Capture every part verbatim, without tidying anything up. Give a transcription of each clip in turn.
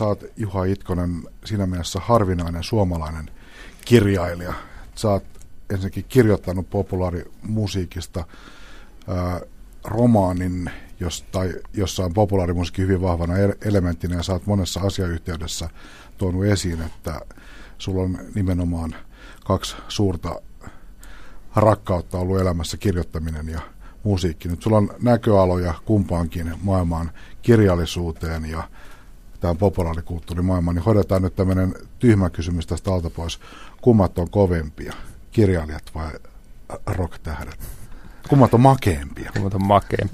sä oot, Juha Itkonen, siinä mielessä harvinainen suomalainen kirjailija. Sä oot ensinnäkin kirjoittanut populaarimusiikista ää, romaanin, jos, tai jossa on populaarimusiikki hyvin vahvana elementtinä, ja sä oot monessa asiayhteydessä tuonut esiin, että sulla on nimenomaan kaksi suurta rakkautta ollut elämässä, kirjoittaminen ja musiikki. Nyt sulla on näköaloja kumpaankin maailmaan, kirjallisuuteen ja tämän populaarikulttuurimaailmaan, niin hoidetaan nyt tämmöinen tyhmä kysymys tästä alta pois. Kummat on kovempia, kirjailijat vai rock-tähdet? Kummat on makeampia? Kummat on makeampia?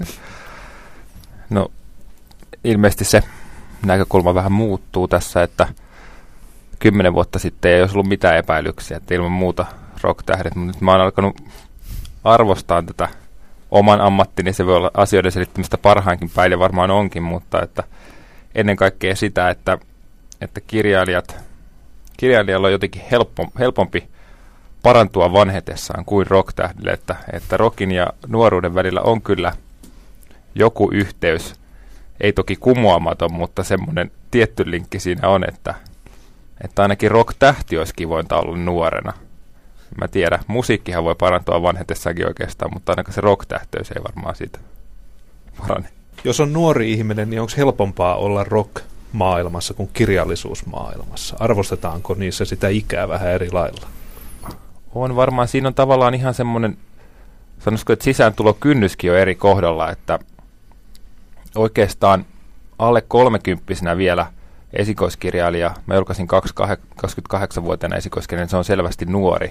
No, ilmeisesti se näkökulma vähän muuttuu tässä, että kymmenen vuotta sitten ei olisi ollut mitään epäilyksiä, että ilman muuta rock-tähdet, mutta nyt mä oon alkanut arvostaa tätä oman ammattini, se voi olla asioiden selittämistä parhaankin päin, ja varmaan onkin, mutta että ennen kaikkea sitä, että, että kirjailijat, kirjailijalla on jotenkin helppo, helpompi parantua vanhetessaan kuin rock-tähdille, että, että rockin ja nuoruuden välillä on kyllä joku yhteys, ei toki kumoamaton, mutta semmoinen tietty linkki siinä on, että, että ainakin rock-tähti olisi kivointa olla nuorena. Mä tiedän, musiikkihan voi parantua vanhetessaankin oikeastaan, mutta ainakaan se rock-tähtöys ei varmaan siitä parane. Jos on nuori ihminen, niin onko helpompaa olla rock-maailmassa kuin kirjallisuusmaailmassa? Arvostetaanko niissä sitä ikää vähän eri lailla? On varmaan. Siinä on tavallaan ihan semmoinen, sanoisiko, että sisääntulokynnyskin on eri kohdalla, että oikeastaan alle kolmekymppisenä vielä esikoiskirjailija, mä julkaisin kaksikymmentäkahdeksanvuotiaana esikoiskirjailija, se on selvästi nuori.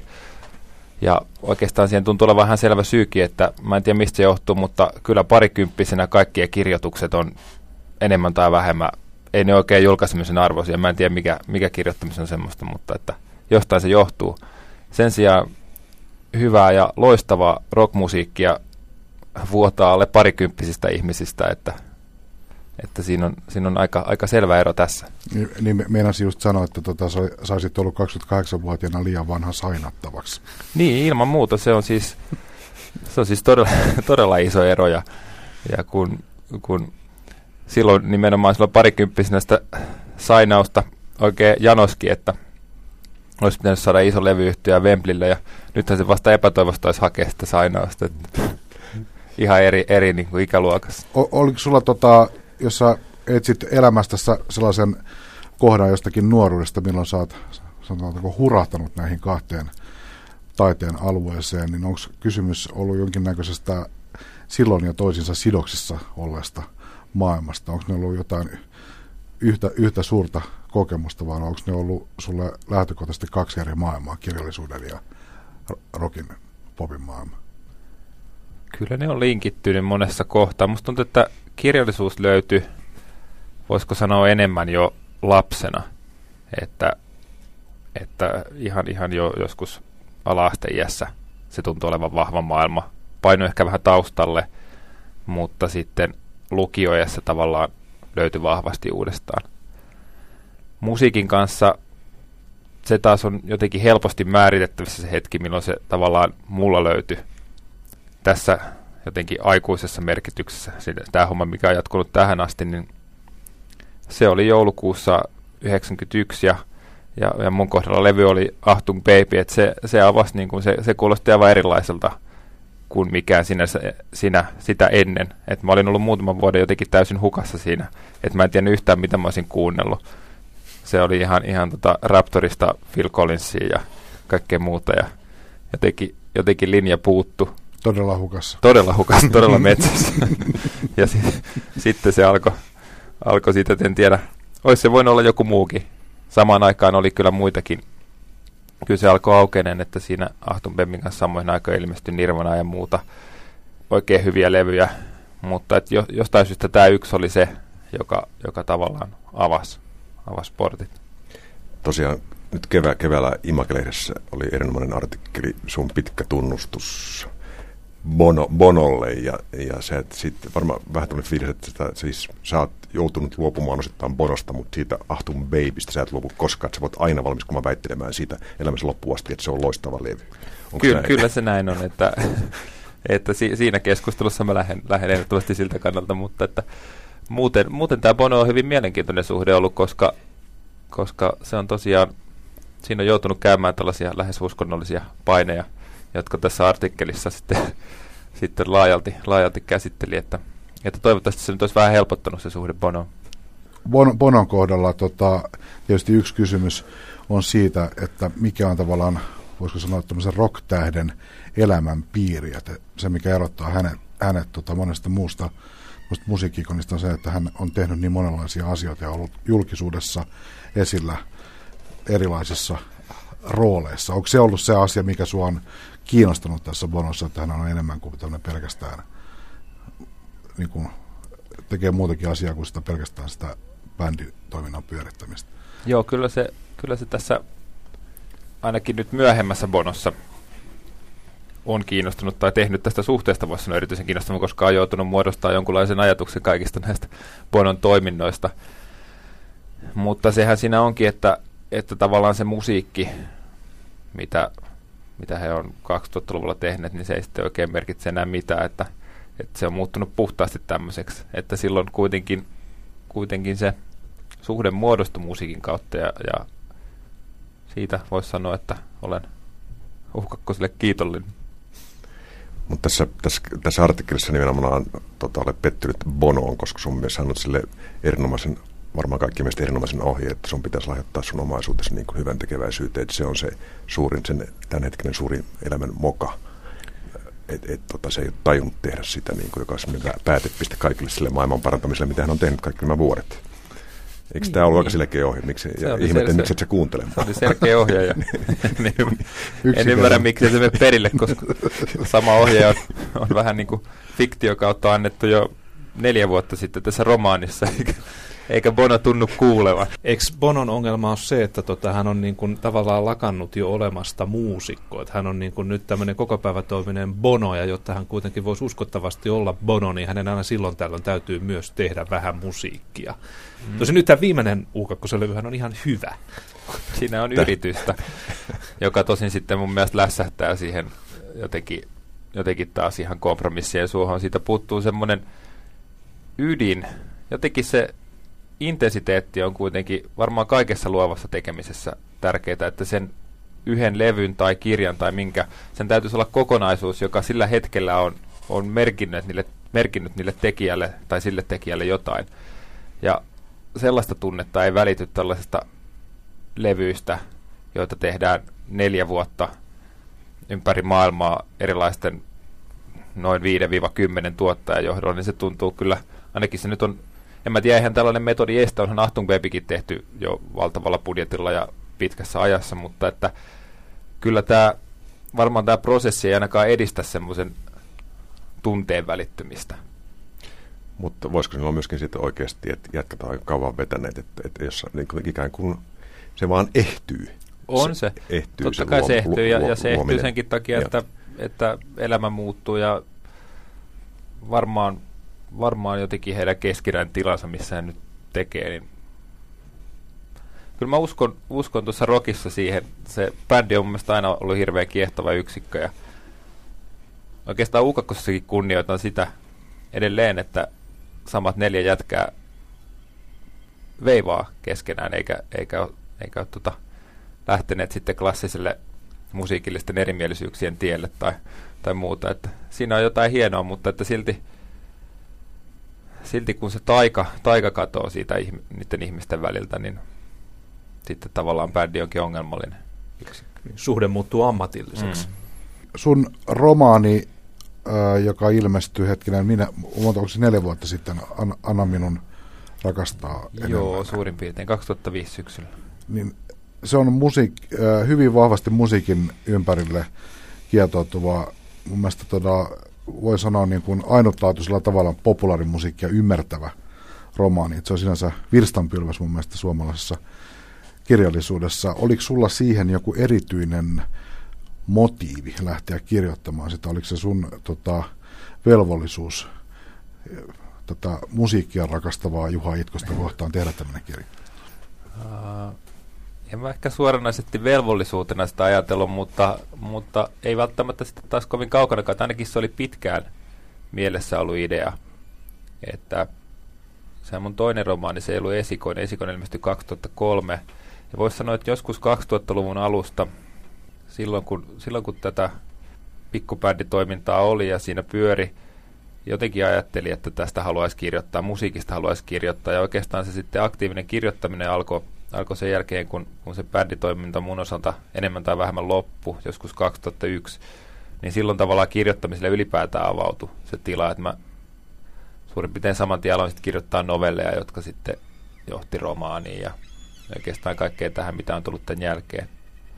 Ja oikeastaan siihen tuntuu olevan ihan selvä syykin, että mä en tiedä mistä se johtuu, mutta kyllä parikymppisenä kaikkien kirjoitukset on enemmän tai vähemmän, ei ne oikein julkaisemisen arvoisia, mä en tiedä mikä, mikä kirjoittamisen on semmoista, mutta että jostain se johtuu. Sen sijaan hyvää ja loistavaa rockmusiikkia vuotaa alle parikymppisistä ihmisistä, että Että siinä on, siinä on aika, aika selvä ero tässä. Niin, niin meinasin just sanoa, että tota, sä olisit ollut kaksikymmentäkahdeksanvuotiaana liian vanha sainattavaksi. Niin, ilman muuta. Se on siis, se on siis todella, todella iso ero. Ja, ja kun, kun silloin nimenomaan silloin parikymppisenä sitä sainausta oikein janoski, että olisi pitänyt saada iso levyyhtiö Wembleylle, ja nythän se vasta epätoivosta olisi hakea sitä sainausta. Että ihan eri, eri niin kuin ikäluokassa. O, oliko sulla tota... Jos sä etsit elämästä sellaisen kohdan jostakin nuoruudesta, milloin sä oot sanotaanko, hurahtanut näihin kahteen taiteen alueeseen, niin onko kysymys ollut jonkinnäköisestä silloin ja toisinsa sidoksissa olleesta maailmasta? Onko ne ollut jotain yhtä, yhtä suurta kokemusta, vai onko ne ollut sulle lähtökohtaisesti kaksi eri maailmaa, kirjallisuuden ja rockin, popin maailma? Kyllä ne on linkittynyt monessa kohtaa. Musta tuntuu, että kirjallisuus löytyi, voisiko sanoa enemmän jo lapsena, että, että ihan, ihan jo joskus ala-asteiässä se tuntui olevan vahva maailma. Paino ehkä vähän taustalle, mutta sitten lukioiässä tavallaan löytyi vahvasti uudestaan. Musiikin kanssa se taas on jotenkin helposti määritettävissä se hetki, milloin se tavallaan mulla löytyi. Tässä jotenkin aikuisessa merkityksessä, tämä homma, mikä on jatkunut tähän asti, niin se oli joulukuussa yhdeksänkymmentäyksi, ja, ja, ja mun kohdalla levy oli Achtung Baby, että se, se avasi, niin kuin se, se kuulosti aivan erilaiselta kuin mikään sinänsä, sinä, sitä ennen. Et mä olin ollut muutaman vuoden jotenkin täysin hukassa siinä, että mä en tiennyt yhtään, mitä mä olisin kuunnellut. Se oli ihan, ihan tota Raptorista Phil Collinsia ja kaikkea muuta, ja jotenkin, jotenkin linja puuttu. Todella hukassa. Todella hukassa, todella metsässä. Ja si- sitten se alkoi, alko siitä, en tiedä, olisi se voinut olla joku muukin. Samaan aikaan oli kyllä muitakin. Kyllä se alkoi aukeneen, että siinä Achtung Babyn kanssa samoin aikoin ilmestyi Nirvana ja muuta. Oikein hyviä levyjä, mutta et jo, jostain syystä tämä yksi oli se, joka, joka tavallaan avasi, avasi portit. Tosiaan nyt kevää, keväällä Image-lehdessä oli erinomainen artikkeli, sun pitkä tunnustus Bono, Bonolle, ja, ja sä et sitten varmaan vähän tämmöinen fiilis, että sitä, siis sä oot joutunut luopumaan osittain Bonosta, mutta siitä Achtung Babystä sä et luopu koskaan, että sä voit aina valmiskumaan väittelemään siitä elämässä loppuun asti, että se on loistava levy. Ky- kyllä se näin on, että, että si- siinä keskustelussa mä lähden, lähden ehdottomasti siltä kannalta, mutta että muuten, muuten tämä Bono on hyvin mielenkiintoinen suhde ollut, koska koska se on tosiaan, siinä on joutunut käymään tällaisia lähes uskonnollisia paineja, jotka tässä artikkelissa sitten, sitten laajalti, laajalti käsitteli, että, että toivottavasti se nyt olisi vähän helpottanut se suhde Bonoon. Bon, Bonon kohdalla tota, tietysti yksi kysymys on siitä, että mikä on tavallaan, voisiko sanoa, tämmöisen rock-tähden elämän piiri, että se mikä erottaa hänet, hänet tota, monesta muusta musiikkiikonista on se, että hän on tehnyt niin monenlaisia asioita ja ollut julkisuudessa esillä erilaisissa rooleissa. Onko se ollut se asia, mikä sua on kiinnostanut tässä Bonossa, että hän on enemmän kuin tämmöinen pelkästään, niin kuin tekee muutakin asiaa kuin sitä pelkästään sitä bänditoiminnan pyörittämistä? Joo, kyllä se, kyllä se tässä ainakin nyt myöhemmässä Bonossa on kiinnostunut tai tehnyt tästä suhteesta, voisi sanoa erityisen kiinnostunut, koska on joutunut muodostaa jonkunlaisen ajatuksen kaikista näistä Bonon toiminnoista. Mutta sehän siinä onkin, että, että tavallaan se musiikki, mitä, mitä he on kaksituhattaluvulla tehneet, niin se ei sitten oikein merkitse enää mitään, että, että se on muuttunut puhtaasti tämmöiseksi. Että silloin kuitenkin, kuitenkin se suhde muodostui musiikin kautta ja, ja siitä voisi sanoa, että olen Uhkakkoselle kiitollinen. Mutta tässä, tässä, tässä artikkelissa nimenomaan tota, olet pettynyt Bonoon, koska sun mielestä hän on sille erinomaisen, varmaan kaikkien mielestä erinomaisen ohje, että sun pitäisi lahjoittaa sun omaisuutesi niin kuin hyvän tekeväisyyteen, että se on se suurin, sen tämänhetkinen suurin elämän moka. Että et, tota, se ei ole tajunnut tehdä sitä, niin kuin, joka on sellainen päätepiste kaikille sille maailman parantamiselle, mitä hän on tehnyt kaikki nämä vuodet. Eikö niin, tämä ollut niin aika selkeä ohje? Miksi, ja ihmettelen, miksi et sä kuuntele? Se oli selkeä ohje. Ja niin, en ymmärrä, miksi se menee perille, koska sama ohje on, on vähän niin kuin fiktio kautta annettu jo neljä vuotta sitten tässä romaanissa, eikä, eikä Bono tunnu kuulevan. Eikö Bonon ongelma ole se, että tota, hän on niin kuin tavallaan lakannut jo olemasta muusikko? Että hän on niin kuin nyt tämmöinen kokopäivätoiminen Bono, ja jotta hän kuitenkin voisi uskottavasti olla Bono, niin hänen aina silloin tällöin täytyy myös tehdä vähän musiikkia. Mm. Tosin nyt tämä viimeinen Uhkakkoslevyhän on ihan hyvä. Siinä on yritystä, joka tosin sitten mun mielestä lässähtää siihen jotenkin, jotenkin taas ihan kompromissien suohon. Siitä puuttuu semmoinen ydin. Jotenkin se intensiteetti on kuitenkin varmaan kaikessa luovassa tekemisessä tärkeää, että sen yhden levyn tai kirjan tai minkä, sen täytyisi olla kokonaisuus, joka sillä hetkellä on, on merkinnyt, niille, merkinnyt niille tekijälle tai sille tekijälle jotain. Ja sellaista tunnetta ei välity tällaisesta levyistä, joita tehdään neljä vuotta ympäri maailmaa erilaisten noin viidestä kymmeneen tuottajan johdolla, niin se tuntuu kyllä, ainakin se nyt on, en mä tiedä, eihän tällainen metodi estä, onhan Achtung Babykin tehty jo valtavalla budjetilla ja pitkässä ajassa, mutta että kyllä tämä, varmaan tämä prosessi ei ainakaan edistä semmoisen tunteen välittymistä. Mutta voisiko sinulla myöskin sitten oikeasti, että jatketaan kauan vetäneet, että, että jos niin ikään kuin se vaan ehtyy. On se. se ehtyy, Totta se kai luom, se ehtyy, ja, luom, ja se luominen. ehtyy senkin takia, että, että elämä muuttuu, ja varmaan, varmaan jotenkin heidän keskinäinen tilansa, missä hän nyt tekee, niin kyllä mä uskon, uskon tuossa rockissa siihen. Se bändi on mun mielestä aina ollut hirveän kiehtova yksikkö, ja oikeastaan Uhkakkosessakin kunnioitan sitä edelleen, että samat neljä jätkää veivaa keskenään, eikä, eikä ole, eikä ole tota, lähteneet sitten klassiselle musiikillisten erimielisyyksien tielle tai, tai muuta. Että siinä on jotain hienoa, mutta että silti, silti kun se taika, taika katoo siitä ihm, niiden ihmisten väliltä, niin sitten tavallaan bändi onkin ongelmallinen yksikkö. Suhde muuttuu ammatilliseksi. Mm. Sun romaani, äh, joka ilmestyi hetkinen, minä, onko se neljä vuotta sitten, Anna, Anna minun rakastaa enemmän. Joo, suurin piirtein kaksituhattaviisi syksyllä. Niin se on musiik, äh, hyvin vahvasti musiikin ympärille kietoutuva, mun mielestä todella, voi sanoa niin kuin ainutlaatuisella tavalla populaarimusiikkia ymmärtävä romaani. Se on sinänsä virstanpylväs mun mielestä suomalaisessa kirjallisuudessa. Oliko sulla siihen joku erityinen motiivi lähteä kirjoittamaan sitä? Oliko se sun tota, velvollisuus tota, musiikkia rakastavaa Juha Itkosta kohtaan tehdä tämmöinen kirja? Uh, en mä ehkä suoranaisesti velvollisuutena sitä ajatellut, mutta, mutta ei välttämättä sitten taas kovin kaukanakaan. Ainakin se oli pitkään mielessä ollut idea, että se mun toinen romaani, se ei ollut Esikoinen. Esikoinen ilmestyi kaksituhattakolme. Ja voisi sanoa, että joskus kaksituhattaluvun alusta, silloin kun, silloin kun tätä pikkubänditoimintaa oli ja siinä pyöri, jotenkin ajattelin, että tästä haluaisi kirjoittaa, musiikista haluaisi kirjoittaa. Ja oikeastaan se sitten aktiivinen kirjoittaminen alkoi alko sen jälkeen, kun, kun se bänditoiminta mun osalta enemmän tai vähemmän loppu, joskus kaksituhattayksi. Niin silloin tavallaan kirjoittamiselle ylipäätään avautui se tila, että mä suurin piirtein saman tien aloin kirjoittaa novelleja, jotka sitten johti romaaniin ja oikeastaan kaikkea tähän, mitä on tullut tämän jälkeen.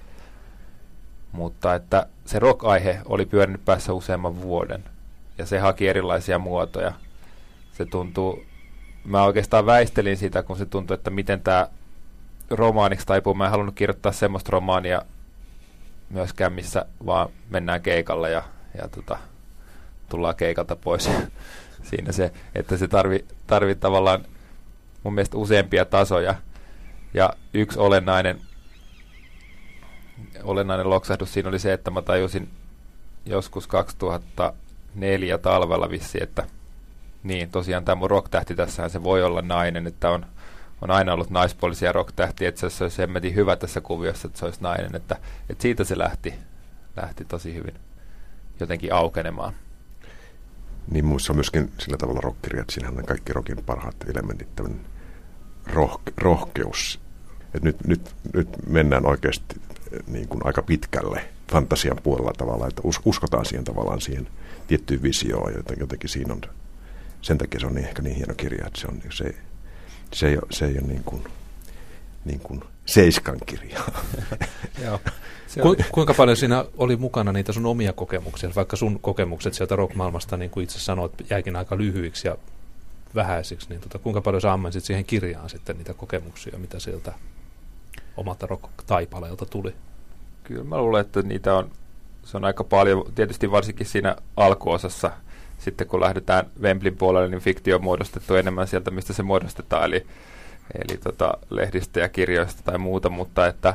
Mutta että se rock-aihe oli pyörinyt päässä useamman vuoden ja se haki erilaisia muotoja. Se tuntuu, mä oikeastaan väistelin sitä, kun se tuntui, että miten tämä romaaniksi taipuu. Mä en halunnut kirjoittaa semmoista romaania myöskään, missä vaan mennään keikalle ja, ja tota, tullaan keikalta pois. Siinä se, että se tarvii tarvi tavallaan mun mielestä useampia tasoja. Ja yksi olennainen, olennainen loksahdus siinä oli se, että mä tajusin joskus kaksituhattaneljä talvella vissiin, että niin tosiaan tämä mun rock-tähti tässähän se voi olla nainen, että on, on aina ollut naispuolisia rock-tähtiä, että se olisi hemmetin hyvä tässä kuviossa, että se olisi nainen, että, että siitä se lähti, lähti tosi hyvin jotenkin aukenemaan. Niin muissa on myöskin sillä tavalla rockkirja, että siinähän on kaikki rockin parhaat elementit, tämmöinen rohke- rohkeus. Et nyt, nyt, nyt mennään oikeasti niin kuin aika pitkälle fantasian puolella tavalla, että us- uskotaan siihen tavallaan siihen tiettyyn visioon, joten jotenkin siinä on, sen takia se on niin, ehkä niin hieno kirja, että se, on, se, se ei ole, se ei ole niin kuin, niin kuin seiskan kirja. Joo. Ku, kuinka paljon siinä oli mukana niitä sun omia kokemuksia, vaikka sun kokemukset sieltä rock-maailmasta, niin kuin itse sanoit, jäikin aika lyhyiksi ja vähäisiksi, niin tota, kuinka paljon sä ammensit siihen kirjaan sitten niitä kokemuksia, mitä sieltä omalta rock-taipaleelta tuli? Kyllä mä luulen, että niitä on, se on aika paljon, tietysti varsinkin siinä alkuosassa, sitten kun lähdetään Wembleyn puolelle, niin fiktio on muodostettu enemmän sieltä, mistä se muodostetaan, eli, eli tota, lehdistä ja kirjoista tai muuta, mutta että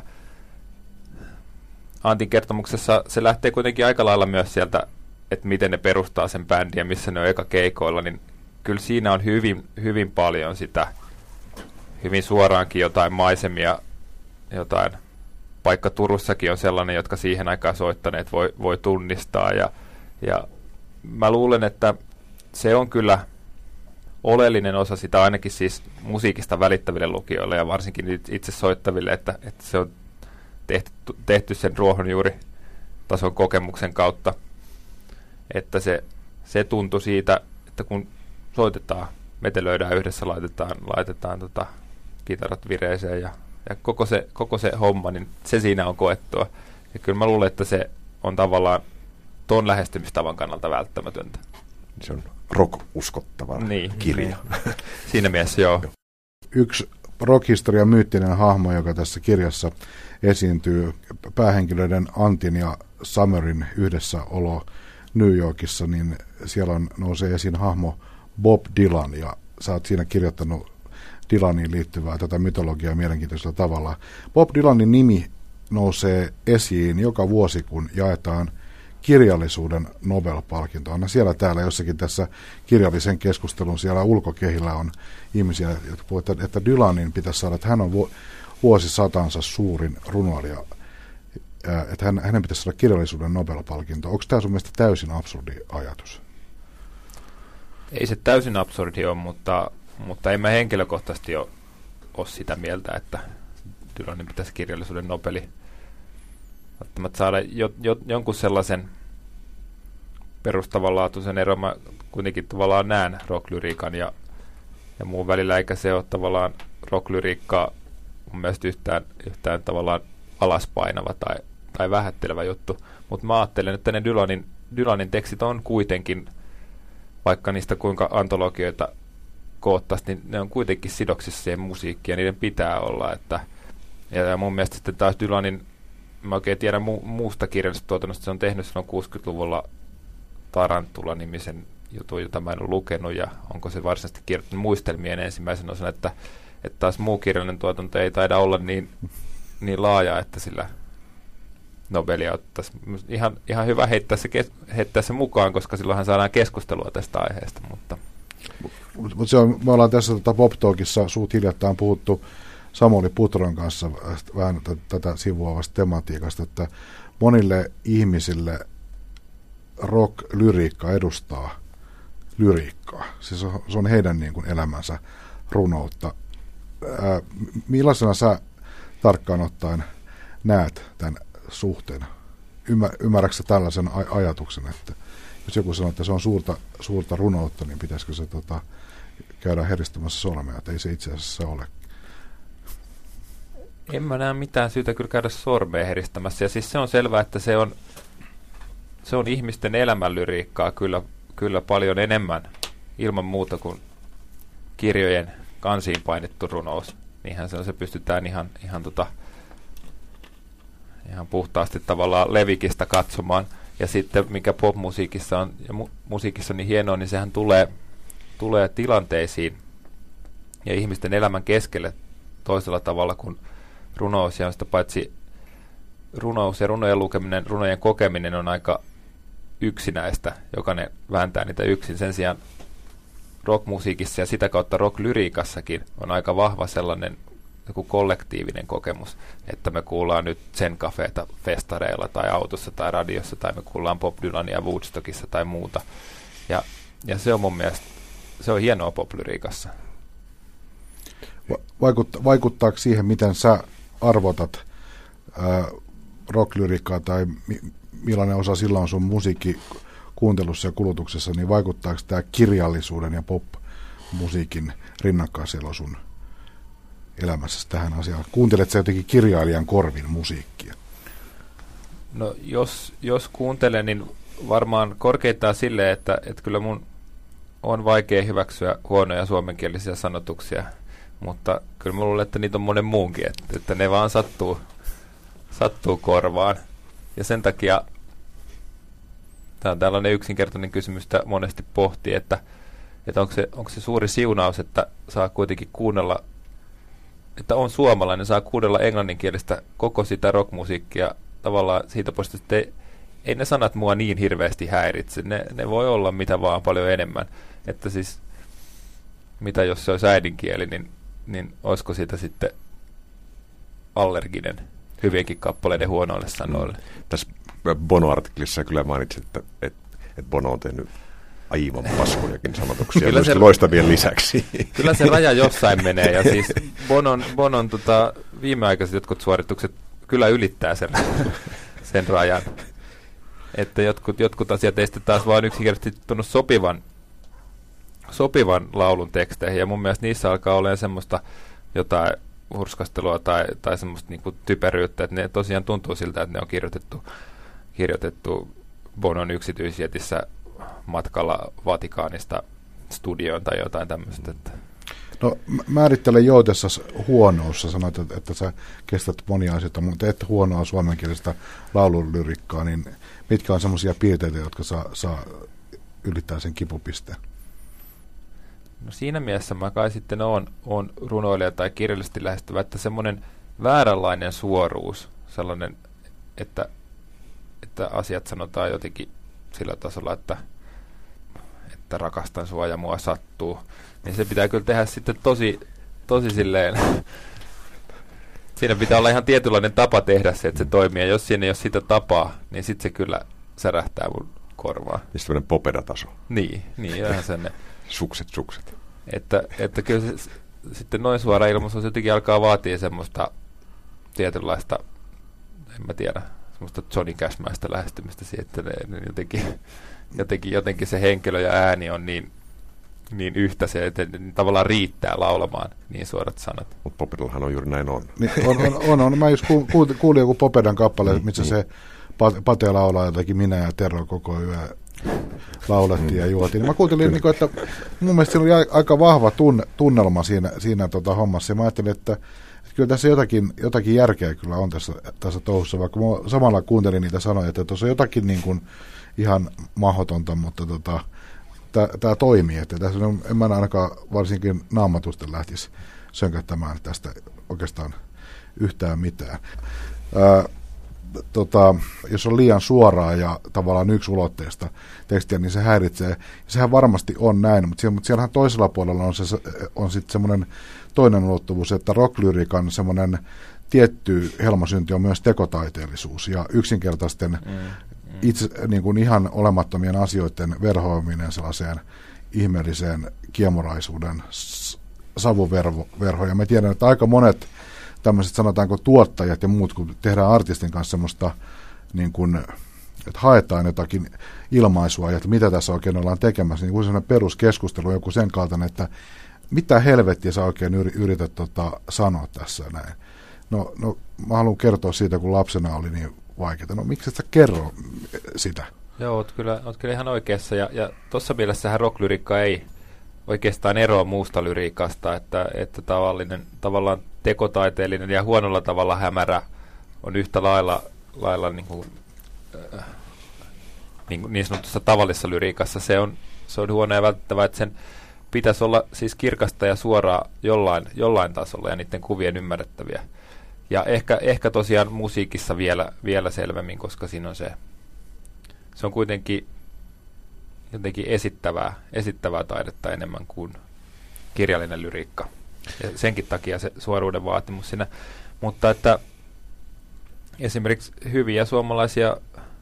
Antin kertomuksessa se lähtee kuitenkin aika lailla myös sieltä, että miten ne perustaa sen bändin ja missä ne on eka keikoilla, niin kyllä siinä on hyvin, hyvin paljon sitä, hyvin suoraankin jotain maisemia, jotain, paikka Turussakin on sellainen, jotka siihen aikaan soittaneet voi, voi tunnistaa, ja, ja mä luulen, että se on kyllä oleellinen osa sitä ainakin siis musiikista välittäville lukijoille ja varsinkin itse soittaville, että, että se on tehty, tehty sen ruohonjuuritason kokemuksen kautta, että se, se tuntui siitä, että kun soitetaan, metelöidään yhdessä, laitetaan, laitetaan tota, kitarat vireeseen ja, ja koko, se, koko se homma, niin se siinä on koettua. Ja kyllä mä luulen, että se on tavallaan ton lähestymistavan kannalta välttämätöntä. Se on rock-uskottava niin, kirja. Niin. Siinä mielessä joo. Yksi rock-historian myyttinen hahmo, joka tässä kirjassa esiintyy, päähenkilöiden Antin ja Summerin yhdessäolo New Yorkissa, niin siellä on, nousee esiin hahmo Bob Dylan, ja sä oot siinä kirjoittanut Dylaniin liittyvää tätä mytologiaa mielenkiintoisella tavalla. Bob Dylanin nimi nousee esiin joka vuosi, kun jaetaan kirjallisuuden Nobel-palkinto. Aina siellä täällä jossakin tässä kirjallisen keskustelun siellä ulkokehillä on ihmisiä, jotka puhuvat, että Dylanin pitäisi saada, että hän on vuosisatansa suurin runoilija, että hän, hänen pitäisi saada kirjallisuuden Nobel-palkinto. Onko tämä sun mielestä täysin absurdi ajatus? Ei se täysin absurdi ole, mutta, mutta en mä henkilökohtaisesti ole, ole sitä mieltä, että Dylanin pitäisi kirjallisuuden Nobeli välttämättä saada jo, jo, jonkun sellaisen perustavanlaatuisen eron. Mä kuitenkin tavallaan näen rocklyriikan ja, ja muun välillä, eikä se ole tavallaan rocklyriikkaa mun mielestä yhtään, yhtään tavallaan alaspainava tai, tai vähättelevä juttu. Mutta mä ajattelen, että ne Dylanin, Dylanin tekstit on kuitenkin, vaikka niistä kuinka antologioita koottaisi, niin ne on kuitenkin sidoksissa siihen musiikkiin ja niiden pitää olla. Että, ja, ja mun mielestä sitten taas Dylanin, mä oikein tiedän mu- muusta kirjallisesta tuotannosta, se on tehnyt silloin kuusikymmentäluvulla Tarantula-nimisen jutun, jota mä en ole lukenut, ja onko se varsinaisesti kirjoittanut muistelmien ensimmäisen osan, että, että taas muu kirjallinen tuotanto ei taida olla niin, niin laaja, että sillä Nobelia ottaisi. Ihan, ihan hyvä heittää se, kes- heittää se mukaan, koska silloinhan saadaan keskustelua tästä aiheesta. Mutta Mutta se on, me ollaan tässä tota Pop Talkissa suut hiljattain puhuttu Samuli Putron kanssa vähän t- tätä sivuavasta tematiikasta, että monille ihmisille rock-lyriikka edustaa lyriikkaa. Siis se on heidän niin kuin elämänsä runoutta. Ää, millaisena sä tarkkaan ottaen näet tämän suhteen? Ymmär, ymmärrätkö tällaisen aj- ajatuksen, että jos joku sanoo, että se on suurta, suurta runoutta, niin pitäisikö se tota, käydä heristämässä sormea, että ei se itse asiassa ole? En mä näe mitään syytä kyllä käydä sormea heristämässä. Ja siis se on selvää, että se on, se on ihmisten elämänlyriikkaa kyllä, kyllä paljon enemmän ilman muuta kuin kirjojen kansiin painettu runous. Niinhän se on, se pystytään ihan, ihan, tota, ihan puhtaasti tavallaan levikistä katsomaan. Ja sitten mikä popmusiikissa on ja mu- musiikissa on niin hienoa, niin sehän tulee, tulee tilanteisiin ja ihmisten elämän keskelle toisella tavalla kuin runous. Ja sitä paitsi runous ja runojen lukeminen, runojen kokeminen on aika yksinäistä. Jokainen vääntää niitä yksin. Sen sijaan rockmusiikissa ja sitä kautta rocklyriikassakin on aika vahva sellainen joku kollektiivinen kokemus, että me kuullaan nyt Zen Cafeeta festareilla tai autossa tai radiossa tai me kuullaan Bob Dylania Woodstockissa tai muuta. Ja, ja se on mun mielestä, se on hienoa poplyriikassa. Vaikutta, vaikuttaako siihen, miten sä arvotat ää, rocklyriikkaa tai mi, millainen osa sillä on sun musiikkikuuntelussa ja kulutuksessa, niin vaikuttaako tämä kirjallisuuden ja pop-musiikin rinnakkaiselo sun elämässä tähän asiaan? Kuuntelet sä jotenkin kirjailijan korvin musiikkia? No jos, jos kuuntelen, niin varmaan korkeintaan silleen, että, että kyllä mun on vaikea hyväksyä huonoja suomenkielisiä sanotuksia, mutta kyllä mä luulen, että niitä on monen muunkin, että, että ne vaan sattuu, sattuu korvaan. Ja sen takia tämä on tällainen yksinkertainen kysymys, että monesti pohtii, että, että onko, se, onko se suuri siunaus, että saa kuitenkin kuunnella, että on suomalainen, saa kuunnella englanninkielistä koko sitä rockmusiikkia tavallaan siitä poista, että ei, ei ne sanat mua niin hirveästi häiritse. Ne, ne voi olla mitä vaan paljon enemmän. Että siis, mitä jos se olisi äidinkieli, niin, niin olisiko siitä sitten allerginen hyvienkin kappaleiden huonoille sanoille. Mm. Tässä Bono-artikkelissa kyllä mainitsit, että, että, että Bono on tehnyt aivan paskojakin sanotuksia myös se, loistavien lisäksi. Kyllä se raja jossain menee, ja siis Bonon, Bonon tota, viimeaikaiset jotkut suoritukset kyllä ylittää sen, sen rajan. Että jotkut, jotkut asiat ei sitten taas vaan yksinkertaisesti tunnu sopivan, sopivan laulun teksteihin, ja mun mielestä niissä alkaa olemaan semmoista jotain hurskastelua tai, tai semmoista niinku typeryyttä, että ne tosiaan tuntuu siltä, että ne on kirjoitettu, kirjoitettu Bonon yksityisjetissä matkalla Vatikaanista studioon tai jotain tämmöistä. Että. No määrittele joutessasi huonous. Sä sanoit, että, että sä kestät monia asioita, mutta et huonoa suomenkielistä laululyrikkaa, niin mitkä on semmoisia piirteitä, jotka saa, saa ylittää sen kipupisteen? No siinä mielessä mä kai sitten on, on runoilija tai kirjallisesti lähestyvä, että semmoinen vääränlainen suoruus, sellainen, että, että asiat sanotaan jotenkin sillä tasolla, että, että rakastan sua ja mua sattuu, niin se pitää kyllä tehdä sitten tosi, tosi silleen, siinä pitää olla ihan tietynlainen tapa tehdä se, että se toimii, ja jos siinä ei ole sitä tapaa, niin sitten se kyllä särähtää mun korvaan. Ja sitten popeda-taso. Niin, niin vähän sen. Sukset, sukset. Että, että kyllä se, sitten noin suora ilmaisuus jotenkin alkaa vaatia semmoista tietynlaista, en mä tiedä, semmoista Johnny Cash-mäistä lähestymistä siihen, että ne, ne jotenkin, jotenkin, jotenkin se henkilö ja ääni on niin, niin yhtä se, että tavallaan riittää laulamaan niin suorat sanat. Mutta Popedallahan on juuri näin on. Niin, on, on, on, on. Mä just kuulin, kuulin joku Popedan kappale, niin, missä niin. se Pate laulaa jotakin minä ja Tero koko yö laulettiin ja juotiin. Niin mä kuuntelin, niin kuin, että mun mielestä siinä oli aika vahva tunne, tunnelma siinä, siinä tota hommassa. Ja mä ajattelin, että, että kyllä tässä jotakin, jotakin järkeä kyllä on tässä, tässä touhussa, vaikka mä samalla kuuntelin niitä sanoja, että tuossa on jotakin niin kuin ihan mahdotonta, mutta tota, tämä toimii. Että tässä on, en mä ainakaan varsinkin naamatusten lähtisi sönkättämään tästä oikeastaan yhtään mitään. Ää, tota, jos on liian suoraa ja tavallaan yksiulotteista tekstiä, niin se häiritsee. Sehän varmasti on näin, mutta, siellä, mutta siellähän toisella puolella on, se, on sitten semmoinen toinen ulottuvuus, että rocklyriikan semmoinen tietty helmasynti on myös tekotaiteellisuus ja yksinkertaisten mm, mm. itse niin kuin ihan olemattomien asioiden verhoaminen sellaiseen ihmeelliseen kiemoraisuuden savuverhoon. Ja me tiedän, että aika monet tämmöiset sanotaanko tuottajat ja muut, kun tehdään artistin kanssa semmoista, niin kuin, että haetaan jotakin ilmaisua ja että mitä tässä oikein ollaan tekemässä, niin kuin semmoinen peruskeskustelu, joku sen kaltainen, että mitä helvettiä sä oikein yrität tota, sanoa tässä näin. No, no, mä haluan kertoa siitä, kun lapsena oli niin vaikeaa. No, miksi et sä kerro sitä? Joo, oot kyllä, oot kyllä ihan oikeassa. Ja, ja tuossa mielessähän rocklyriikka ei oikeastaan eroa muusta lyriikasta, että, että tavallinen, tavallaan tekotaiteellinen ja huonolla tavalla hämärä on yhtä lailla, lailla niin, kuin, äh, niin, niin sanotussa tavallisessa lyriikassa. Se on, se on huono ja välttävä, että sen pitäisi olla siis kirkasta ja suoraa jollain, jollain tasolla ja niiden kuvien ymmärrettäviä. Ja ehkä, ehkä tosiaan musiikissa vielä, vielä selvemmin, koska siinä on se, se on kuitenkin jotenkin esittävää, esittävää taidetta enemmän kuin kirjallinen lyriikka. Ja senkin takia se suoruuden vaatimus siinä. Mutta että esimerkiksi hyviä suomalaisia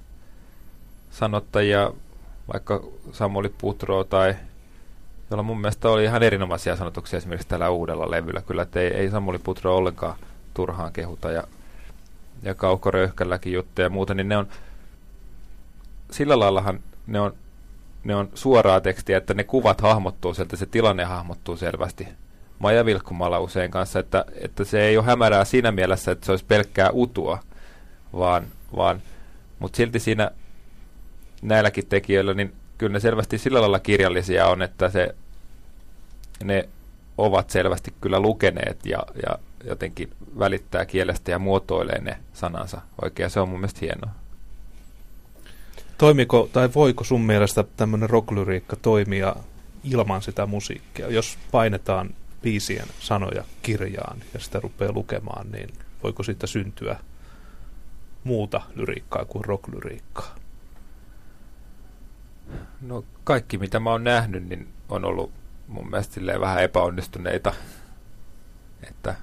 sanottajia, vaikka Samuli Putro tai jolla mun mielestä oli ihan erinomaisia sanotuksia esimerkiksi tällä uudella levyllä. Kyllä, että ei, ei Samuli Putro ollenkaan turhaan kehuta ja, ja Kauko Röyhkälläkin juttuja ja muuta, niin ne on sillä laillahan ne on, ne on suoraa tekstiä, että ne kuvat hahmottuu sieltä, se tilanne hahmottuu selvästi. Maija Vilkkumala usein kanssa, että, että se ei ole hämärää siinä mielessä, että se olisi pelkkää utua, vaan, vaan mutta silti siinä näilläkin tekijöillä, niin kyllä ne selvästi sillä lailla kirjallisia on, että se, ne ovat selvästi kyllä lukeneet ja, ja jotenkin välittää kielestä ja muotoilee ne sanansa oikein. Se on mun mielestä hienoa. Toimiko tai voiko sun mielestä tämmöinen rocklyriikka toimia ilman sitä musiikkia? Jos painetaan biisien sanoja kirjaan ja sitä rupeaa lukemaan, niin voiko siitä syntyä muuta lyriikkaa kuin rocklyriikkaa? No kaikki mitä mä oon nähnyt, niin on ollut mun mielestä silleen vähän epäonnistuneita. Että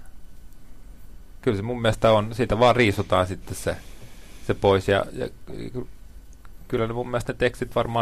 kyllä se mun mielestä on, siitä vaan riisutaan sitten se, se pois ja, ja kyllä ne mun mielestä ne tekstit varmaan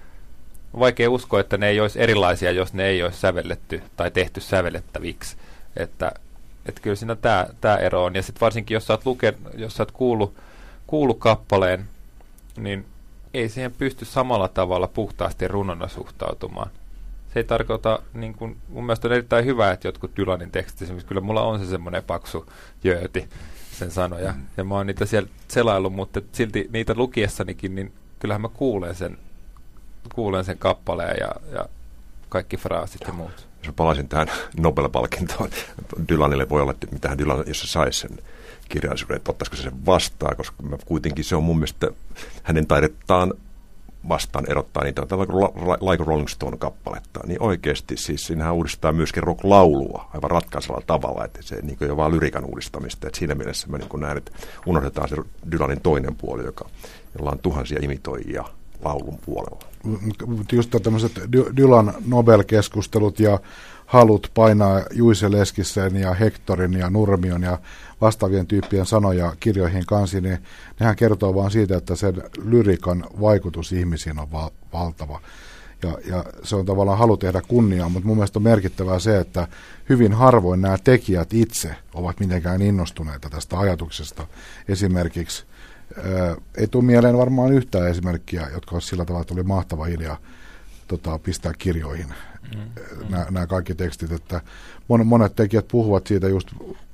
on vaikea uskoa, että ne ei olisi erilaisia, jos ne ei olisi sävelletty tai tehty sävellettäviksi. Että, että kyllä siinä tämä, tämä ero on. Ja sitten varsinkin, jos sä oot, luke, jos sä oot kuullut, kuullut kappaleen, niin ei siihen pysty samalla tavalla puhtaasti runona suhtautumaan. Se ei tarkoita, niin kuin, mun mielestä on erittäin hyvä, että jotkut Dylanin tekstit, esimerkiksi kyllä mulla on se semmoinen paksu jööti, sen sanoja, mm. ja mä oon niitä siellä selaillut, mutta silti niitä lukiessanikin, niin kyllähän mä kuulen sen, kuulen sen kappaleen ja, ja kaikki fraasit ja muut. Jos mä palaisin tähän Nobel-palkintoon, Dylanille voi olla, että mitähän Dylan, jos se saisi sen kirjallisuuden, että ottaisiko se sen vastaan, koska kuitenkin se on mun mielestä hänen taidettaan vastaan erottaa niitä, Like Rolling Stone-kappaletta, niin oikeasti siis siinähän uudistaa myöskin rock-laulua aivan ratkaisella tavalla, että se niin ei ole vaan lyriikan uudistamista, että siinä mielessä mä niin näen, että unohdetaan se Dylanin toinen puoli, joka, jolla on tuhansia imitoijia laulun puolella. Just tämmöiset Dylan Nobel-keskustelut ja halut painaa Juise Leskisen ja Hectorin ja Nurmion ja vastaavien tyyppien sanoja kirjoihin kansiin, niin nehän kertoo vaan siitä, että sen lyriikan vaikutus ihmisiin on val- valtava. Ja, ja se on tavallaan halu tehdä kunniaa, mutta mun mielestä on merkittävää se, että hyvin harvoin nämä tekijät itse ovat mitenkään innostuneita tästä ajatuksesta. Esimerkiksi ää, ei tule mieleen varmaan yhtään esimerkkiä, jotka olisi sillä tavalla, että oli mahtava idea tota, pistää kirjoihin mm, mm. Nämä, nämä kaikki tekstit, että monet, monet tekijät puhuvat siitä just,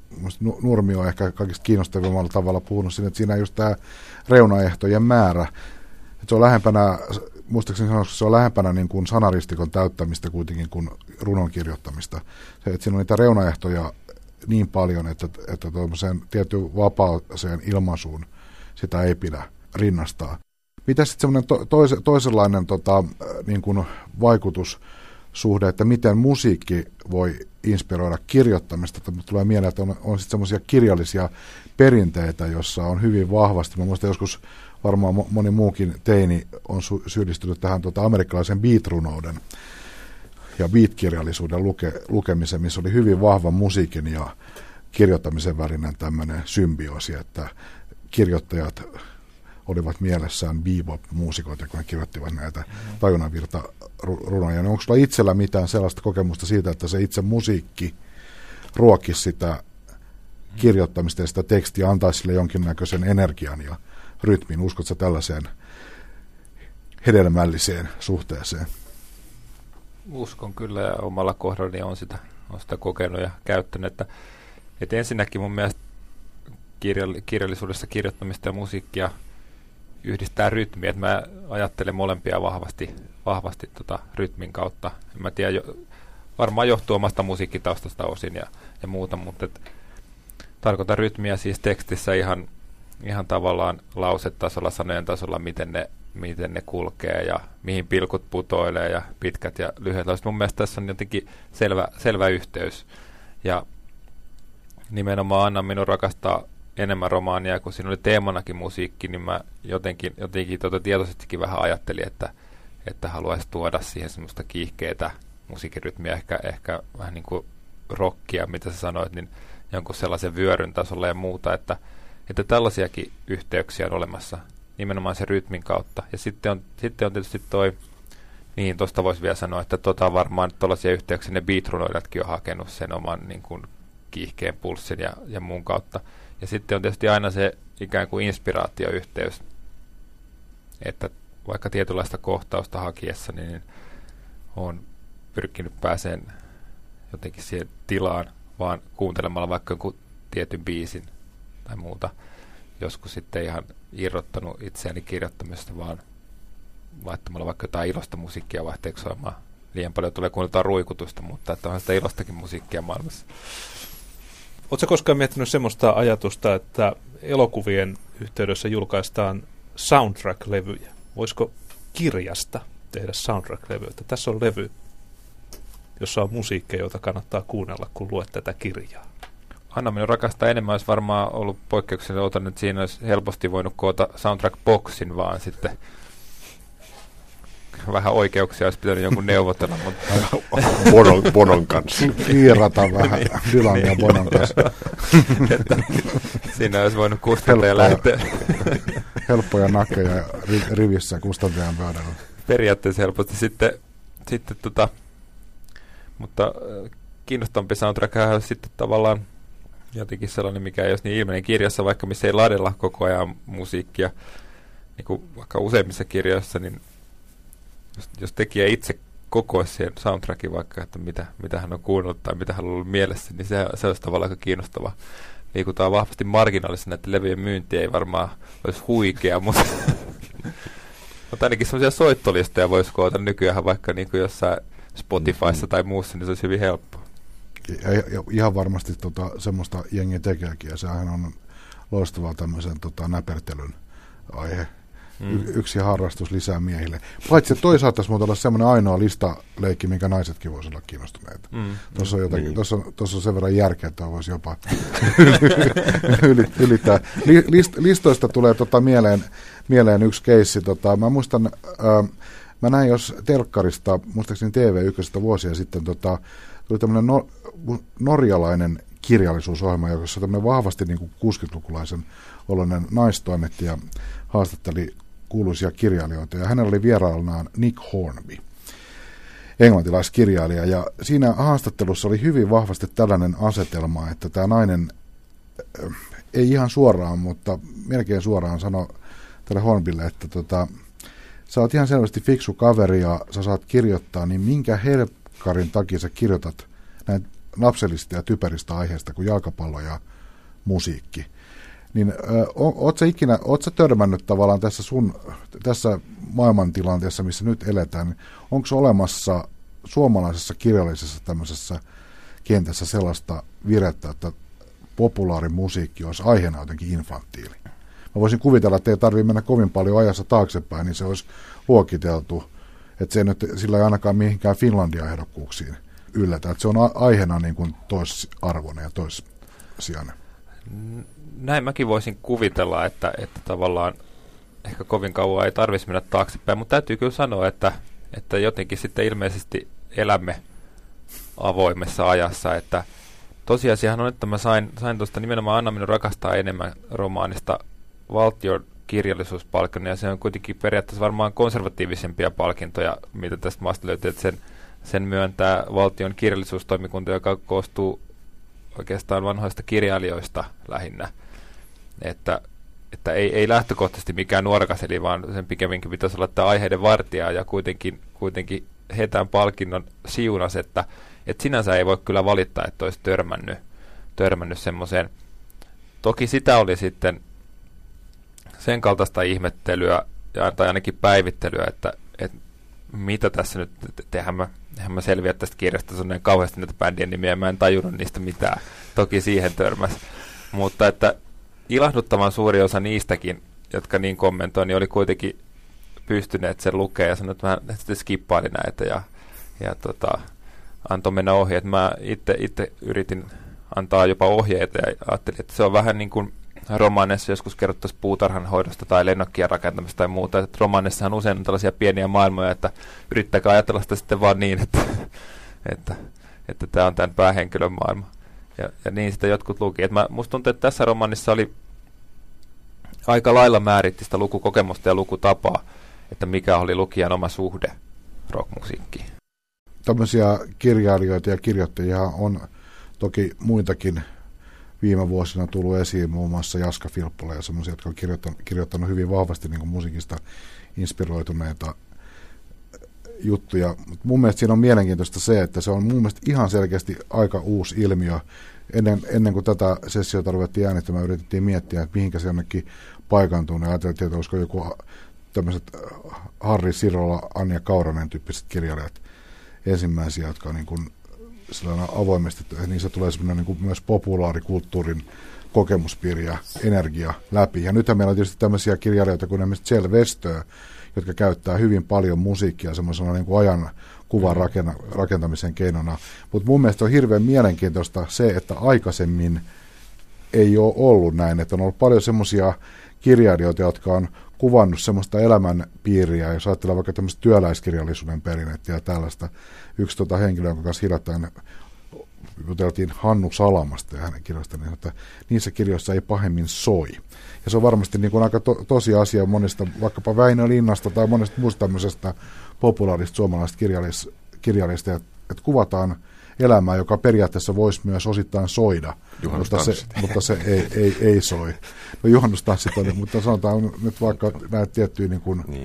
Nurmi on ehkä kaikista kiinnostavimmalla tavalla puhunut siinä, että siinä just tämä reunaehtojen määrä, että se on lähempänä, muistaakseni sanoa, se on lähempänä niin kuin sanaristikon täyttämistä kuitenkin kuin runon kirjoittamista. Se, että siinä on niitä reunaehtoja niin paljon, että, että tuollaiseen tiettyyn vapaaseen ilmaisuun sitä ei pidä rinnastaa. Mitä sitten semmoinen to, tois, toisenlainen tota, niin kuin vaikutus suhde, että miten musiikki voi inspiroida kirjoittamista. Mutta tulee mieleen, että on, on sitten semmoisia kirjallisia perinteitä, jossa on hyvin vahvasti. Mä muistan joskus varmaan moni muukin teini on su- syyllistynyt tähän tuota amerikkalaisen beat-runouden ja beat-kirjallisuuden luke, lukemiseen, missä oli hyvin vahva musiikin ja kirjoittamisen välinen tämmöinen symbioosi, että kirjoittajat olivat mielessään bebop-muusikoita, kun he kirjoittivat näitä tajunnanvirta-runoja. Onko sulla itsellä mitään sellaista kokemusta siitä, että se itse musiikki ruokisi sitä kirjoittamista ja sitä tekstiä, antaisi sille jonkinnäköisen energian ja rytmin? Uskotko tällaiseen hedelmälliseen suhteeseen? Uskon kyllä, ja omalla kohdallani on sitä, on sitä kokenut ja käyttänyt. Että, että ensinnäkin mun mielestä kirjall- kirjallisuudessa kirjoittamista ja musiikkia yhdistää rytmiä, että mä ajattelen molempia vahvasti, vahvasti tota rytmin kautta. En mä tiedä, jo, varmaan johtuu omasta musiikkitaustasta osin ja, ja muuta, mutta et, tarkoitan rytmiä siis tekstissä ihan, ihan tavallaan lausetasolla, sanojen tasolla, miten ne, miten ne kulkee ja mihin pilkut putoilee ja pitkät ja lyhyet lauset. Mun mielestä tässä on jotenkin selvä, selvä yhteys. Ja nimenomaan Anna minun rakastaa enemmän romaania, kun siinä oli teemanakin musiikki, niin mä jotenkin, jotenkin tuota tietoisestikin vähän ajattelin, että, että haluaisi tuoda siihen semmoista kiihkeätä musiikkirytmiä, ehkä, ehkä vähän niin kuin rockia, mitä sä sanoit, niin jonkun sellaisen vyöryn tasolla ja muuta, että, että tällaisiakin yhteyksiä on olemassa nimenomaan sen rytmin kautta. Ja sitten on, sitten on tietysti toi, niin tuosta voisi vielä sanoa, että tota varmaan tuollaisia yhteyksiä ne beat-runoilijatkin on hakenut sen oman niin kuin kiihkeän pulssin ja, ja muun kautta. Ja sitten on tietysti aina se ikään kuin inspiraatioyhteys, että vaikka tietynlaista kohtausta hakiessa, niin olen pyrkinyt pääseen jotenkin siihen tilaan, vaan kuuntelemalla vaikka jonkun tietyn biisin tai muuta. Joskus sitten ihan irrottanut itseäni kirjoittamista, vaan laittamalla vaikka jotain ilosta musiikkia vaihteeksi soimaan. Liian paljon tulee kuunneltaan ruikutusta, mutta että onhan sitä ilostakin musiikkia maailmassa. Oletko koskaan miettinyt semmoista ajatusta, että elokuvien yhteydessä julkaistaan soundtrack-levyjä? Voisiko kirjasta tehdä soundtrack-levyä? Tässä on levy, jossa on musiikkeja, joita kannattaa kuunnella, kun luet tätä kirjaa. Anna minun rakastaa enemmän, olisi varmaan ollut poikkeuksellinen otan, että siinä olisi helposti voinut koota soundtrack-boksin, vaan sitten vähän oikeuksia olisi pitänyt jonkun neuvotella. Mutta Bonon, Bonon kanssa. Kiirata vähän Dylan ja Bonon kanssa. Siinä olisi voinut kustantaja lähteä. Helppoja nakkeja rivissä kustantajan pöydällä. Periaatteessa helposti sitten, sitten tota, mutta kiinnostavampi soundtrack olisi sitten tavallaan jotenkin sellainen, mikä ei olisi niin ilmeinen kirjassa, vaikka missä ei ladella koko ajan musiikkia, niin kuin vaikka useimmissa kirjoissa, niin jos, jos tekijä itse kokoisi siihen soundtrackin vaikka, että mitä, mitä hän on kuunnellut tai mitä hän on ollut mielessä, niin se, se olisi tavallaan aika kiinnostavaa. Liikutaan vahvasti marginaalisena, että levyjen myynti ei varmaan olisi huikea, mutta, mutta ainakin sellaisia soittolistoja voisi koota nykyään vaikka niin kuin jossain Spotifyssa tai muussa, niin se olisi hyvin helppoa. Ja, ja ihan varmasti tota, semmoista jengiä tekeekin, ja sehän on loistavaa tämmöisen tota, näpertelyn aihe. Mm. Y- yksi harrastus lisää miehille. Paitsi toisaalta tässä muuten olla semmoinen ainoa listaleikki, minkä naisetkin voisi olla kiinnostuneita. Mm. Tuossa on, jotakin, mm. tuossa on, tuossa on sen verran järkeä, että voisi jopa ylittää. List, listoista tulee tota, mieleen, mieleen yksi keissi. Tota, mä muistan, äh, mä näin jos telkkarista, muistaakseni T V yksi vuosia sitten, tota, tuli tämmöinen no, norjalainen kirjallisuusohjelma, jossa tämmöinen vahvasti niin kuin kuusikymmentälukulaisen oloinen naistoimittaja haastatteli kuuluisia kirjailijoita, ja hänellä oli vieraillaan Nick Hornby, englantilaiskirjailija, ja siinä haastattelussa oli hyvin vahvasti tällainen asetelma, että tämä nainen äh, ei ihan suoraan, mutta melkein suoraan sanoi tälle Hornbylle, että tota, sä oot ihan selvästi fiksu kaveri, ja sä saat kirjoittaa, niin minkä helkkarin takia sä kirjoitat näin lapsellisista ja typeristä aiheista kuin jalkapallo ja musiikki. Niin oot sä ikinä, oot sä törmännyt tavallaan tässä sun, tässä maailmantilanteessa, missä nyt eletään, niin onko olemassa suomalaisessa kirjallisessa tämmöisessä kentässä sellaista virettä, että populaarimusiikki olisi aiheena jotenkin infantiili? Mä voisin kuvitella, että ei tarvitse mennä kovin paljon ajassa taaksepäin, niin se olisi luokiteltu Että se nyt, sillä ei ainakaan mihinkään Finlandia-ehdokkuuksiin yllätä. Että se on a- aiheena niin kuin toisarvoinen ja toissijainen. Näin mäkin voisin kuvitella, että, että tavallaan ehkä kovin kauan ei tarvitsisi mennä taaksepäin, mutta täytyy kyllä sanoa, että, että jotenkin sitten ilmeisesti elämme avoimessa ajassa, että tosiasiahan on, että mä sain, sain tuosta nimenomaan Anna minun rakastaa enemmän romaanista valtion kirjallisuuspalkinnon, ja se on kuitenkin periaatteessa varmaan konservatiivisempia palkintoja, mitä tästä maasta löytyy, että sen, sen myöntää valtion kirjallisuustoimikunta, joka koostuu oikeastaan vanhoista kirjailijoista lähinnä, että, että ei, ei lähtökohtaisesti mikään nuorekas, eli vaan sen pikemminkin pitäisi olla tämä aiheiden vartija, ja kuitenkin, kuitenkin he tämän palkinnon siunas, että, että sinänsä ei voi kyllä valittaa, että olisi törmännyt, törmännyt semmoiseen. Toki sitä oli sitten sen kaltaista ihmettelyä, tai ainakin päivittelyä, että, että mitä tässä nyt, tehdään mä, tehdään mä selviä tästä kirjasta, se on näin kauheasti näitä bändien nimiä, mä en tajunnut niistä mitään, toki siihen törmäsi. Mutta että ilahduttavan suuri osa niistäkin, jotka niin kommentoi, niin oli kuitenkin pystyneet sen lukemaan ja sanoi, että mä sitten skippailin näitä ja, ja tota, antoi mennä ohjeet. Mä itse, itse yritin antaa jopa ohjeita ja ajattelin, että se on vähän niin kuin romaaneissa joskus kerrottaisiin puutarhanhoidosta tai lennokkien rakentamista tai muuta. Että romaaneissahan usein on tällaisia pieniä maailmoja, että yrittäkää ajatella sitä sitten vaan niin, että, että, että tämä on tämän päähenkilön maailma. Ja, ja niin sitä jotkut luki. Että mä, musta tuntuu, että tässä romaanissa oli aika lailla määritti sitä lukukokemusta ja lukutapaa, että mikä oli lukijan oma suhde rockmusiikkiin. Tämmöisiä kirjailijoita ja kirjoittajia on toki muitakin viime vuosina tullut esiin, muun muassa Jaska Filppola ja semmoisia, jotka on kirjoittanut, kirjoittanut hyvin vahvasti niin kuin musiikista inspiroituneita juttuja. Mut mun mielestä siinä on mielenkiintoista se, että se on mun mielestä ihan selkeästi aika uusi ilmiö. Ennen, ennen kuin tätä sessiota ruvettiin äänittämään, yritettiin miettiä, että mihinkä se jonnekin paikantuu. Ja ajateltiin, että olisiko joku tämmöiset Harri Sirola, Anja Kauranen tyyppiset kirjailijat ensimmäisiä, jotka on niin kuin sellainen avoimesti, että niissä tulee semmoinen niin kuin myös populaarikulttuurin kokemuspiiri ja energia läpi. Ja nythän meillä on tietysti tämmöisiä kirjailijoita kuin esimerkiksi Kjell Westö, jotka käyttää hyvin paljon musiikkia semmoisena niin kuin ajan kuvan rakentamisen keinona. Mutta mun mielestä on hirveän mielenkiintoista se, että aikaisemmin ei ole ollut näin, että on ollut paljon semmoisia kirjailijoita, jotka on kuvannut semmoista elämänpiiriä, jos ajatellaan vaikka tämmöistä työläiskirjallisuuden perinnettä ja tällaista. Yksi tota henkilö, jonka kanssa hiljattain juteltiin Hannu Salamasta ja hänen kirjoistaan, niin että niissä kirjoissa ei pahemmin soi. Ja se on varmasti niin kuin aika to- tosi asia monista, vaikkapa Väinö Linnasta tai monesta muusta tämmöisestä populaarista suomalaisesta kirjallis- kirjallista, että, että kuvataan elämää, joka periaatteessa voisi myös osittain soida, mutta se, mutta se ei, ei, ei soi. No juhannustanssit on, mutta sanotaan nyt vaikka näitä tiettyjä niin kuin niin.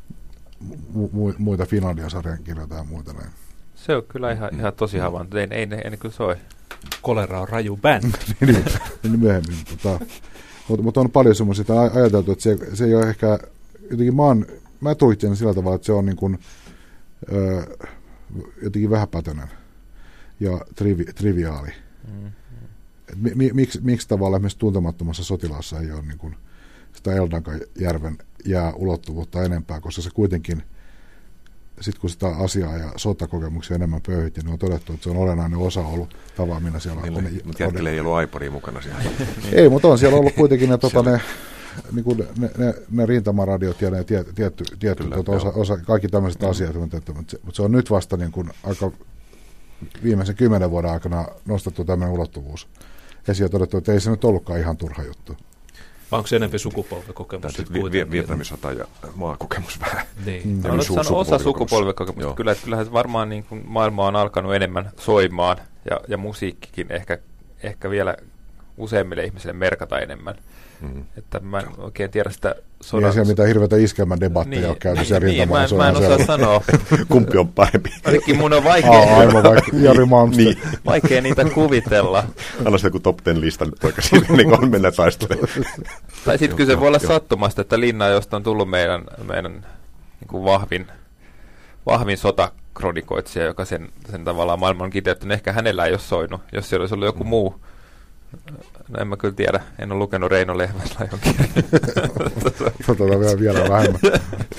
Mu- muita Finlandia-sarjan kirjoita ja muuta näin. Se on kyllä ihan, ihan tosi havainto. Ei, ei, ei, ei kyllä soi. Kolera on raju bändi. niin, niin myöhemmin. Tota, mutta, mutta on paljon semmoisia, että ajateltu, että se, se ei ole ehkä, jotenkin mä, oon, mä tulkitsen sillä tavalla, että se on niin kuin, ö, jotenkin vähäpätöinen ja trivi, triviaali. Mm-hmm. Mi, mi, miksi, miksi tavallaan esimerkiksi Tuntemattomassa sotilaassa ei ole niin kuin sitä Eldankajärven jää ulottuvuutta enempää, koska se kuitenkin, sitten kun sitä asiaa ja sotakokemuksia enemmän pöyhittiin, niin on todettu, että se on olennainen osa ollut tavaa, millä siellä on. Niin, mutta jätkille ei ollut Aiporia mukana siellä. Ei, mutta on siellä ollut kuitenkin ne, tota, ne, niin kuin ne, ne, ne rintamaradiot ja ne tie, tietty, tietty Kyllä, tota, osa, osa, kaikki tämmöiset mm. asiat, mutta, että, mutta, se, mutta se on nyt vasta niin kuin aika viimeisen kymmenen vuoden aikana nostettu tämmöinen ulottuvuus esiin ja todettu, että ei se nyt ollutkaan ihan turha juttu. Vai onko se enemmän sukupolvikokemus? Vi- vi- Vietnamissota ja maakokemus vähän. Niin. Mm. No, su- su- osa sukupolvikokemusta. Kyllä, kyllähän varmaan niin kuin maailma on alkanut enemmän soimaan ja, ja musiikkikin ehkä, ehkä vielä useimmille ihmisille merkata enemmän. Mm. Että mä en oikein tiedä sitä sodan... Niin ei siellä mitään hirveätä iskelmän debatteja niin, ole käyty siellä niin, rintamaan. Mä, mä en osaa sanoa. Kumpi on parempi? Ainakin mun on vaikea, Aa, aivan vaikea. Jari Malmsten. Niin. Vaikea niitä kuvitella. Anna se joku top ten lista nyt poika sinne, niin kuin mennään taistelemaan. Tai sitten kyllä se voi olla sattumasta, että Linna, josta on tullut meidän, meidän niin kuin vahvin, vahvin sotakronikoitsija, joka sen, sen tavallaan maailman on kiteyttänyt. Ehkä hänellä ei ole soinut, jos siellä olisi ollut joku mm. muu. No en mä kyllä tiedä. En ole lukenut Reino Lehmäslaion kirjaa. Otetaan vielä, vielä vähemmän.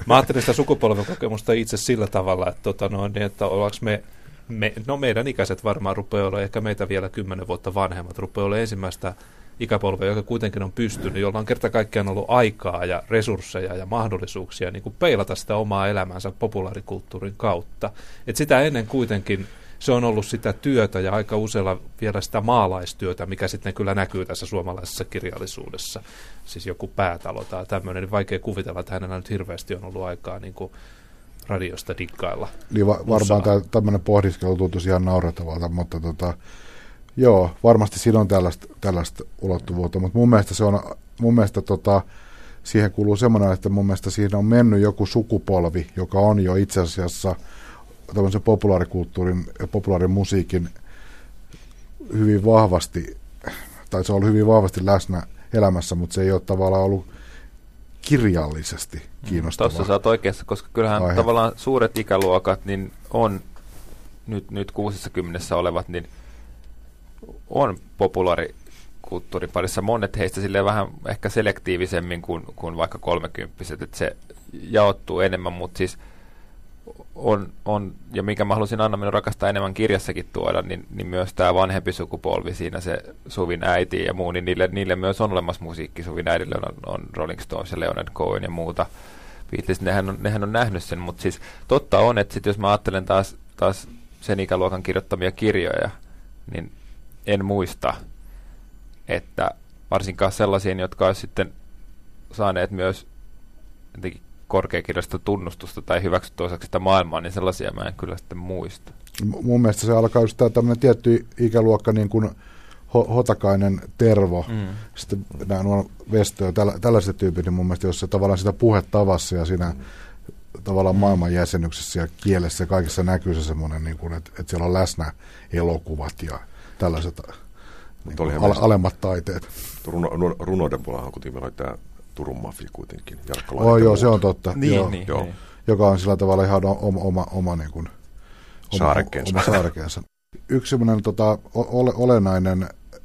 Mä ajattelin sitä sukupolvikokemusta itse sillä tavalla, että, tota noin, että ollaanko me, me, no meidän ikäiset varmaan rupeaa olla, ehkä meitä vielä kymmenen vuotta vanhemmat, rupeaa olla ensimmäistä ikäpolvea, joka kuitenkin on pystynyt, jolla on kerta kaikkiaan ollut aikaa ja resursseja ja mahdollisuuksia niin kuin peilata sitä omaa elämänsä populaarikulttuurin kautta. Et sitä ennen kuitenkin se on ollut sitä työtä ja aika usealla vielä sitä maalaistyötä, mikä sitten kyllä näkyy tässä suomalaisessa kirjallisuudessa. Siis joku päätalo tai tämmöinen, niin vaikea kuvitella, että hänellä nyt hirveästi on ollut aikaa niin kuin radiosta diggailla. Niin va- varmaan tämä, tämmöinen pohdiskelu tuntuisi ihan naurettavalta, mutta tota, joo, varmasti siinä on tällaista, tällaista ulottuvuutta, mutta mun mielestä, se on, mun mielestä tota, siihen kuuluu semmoinen, että mun mielestä siinä on mennyt joku sukupolvi, joka on jo itse asiassa tämmöisen populaarikulttuurin ja populaarimusiikin hyvin vahvasti, tai se on ollut hyvin vahvasti läsnä elämässä, mutta se ei ole tavallaan ollut kirjallisesti kiinnostavaa. Tuossa sä oot oikeassa, koska kyllähän aihe. Tavallaan suuret ikäluokat niin on nyt, nyt kuusikymmentä olevat, niin on populaarikulttuurin parissa. Monet heistä silleen vähän ehkä selektiivisemmin kuin, kuin vaikka kolmekymppiset, että se jaottuu enemmän, mutta siis on, on, ja minkä mä halusin Anna minun rakastaa enemmän kirjassakin tuoda, niin, niin myös tämä vanhempi sukupolvi siinä, se Suvin äiti ja muu, niin niille, niille myös on olemassa musiikki. Suvin äidille on, on Rolling Stones ja Leonard Cohen ja muuta. Beatles, nehän on, nehän on nähnyt sen, mutta siis totta on, että sit jos mä ajattelen taas, taas sen ikäluokan kirjoittamia kirjoja, niin en muista, että varsinkaan sellaisia, jotka olisi sitten saaneet myös jotenkin korkeakirjasta tunnustusta tai hyväksytty osaksi sitä maailmaa, niin sellaisia mä en kyllä sitten muista. M- mun mielestä se alkaa just tämmöinen tietty ikäluokka, niin kuin Ho- Hotakainen, Tervo, mm. sitten nämä nuo Vestö, tällä, tällaiset tyypit, niin mun mielestä jos se tavallaan sitä puhetavassa ja siinä mm. tavallaan maailman jäsenyksessä ja kielessä ja kaikessa näkyy se semmoinen, niin kuin, että, että siellä on läsnä elokuvat ja tällaiset niin kuin al- alemmat taiteet. Runo, runoiden puolella kuitenkin meillä oli tämä Turun Mafia kuitenkin. Oh, joo, se on totta. Niin, joo, niin, joo. niin. Joka on sillä tavalla ihan oma, oma, oma, niin kuin, oma, saarekkeensa. oma saarekkeensa. Yksi semmoinen tota, ole, olennainen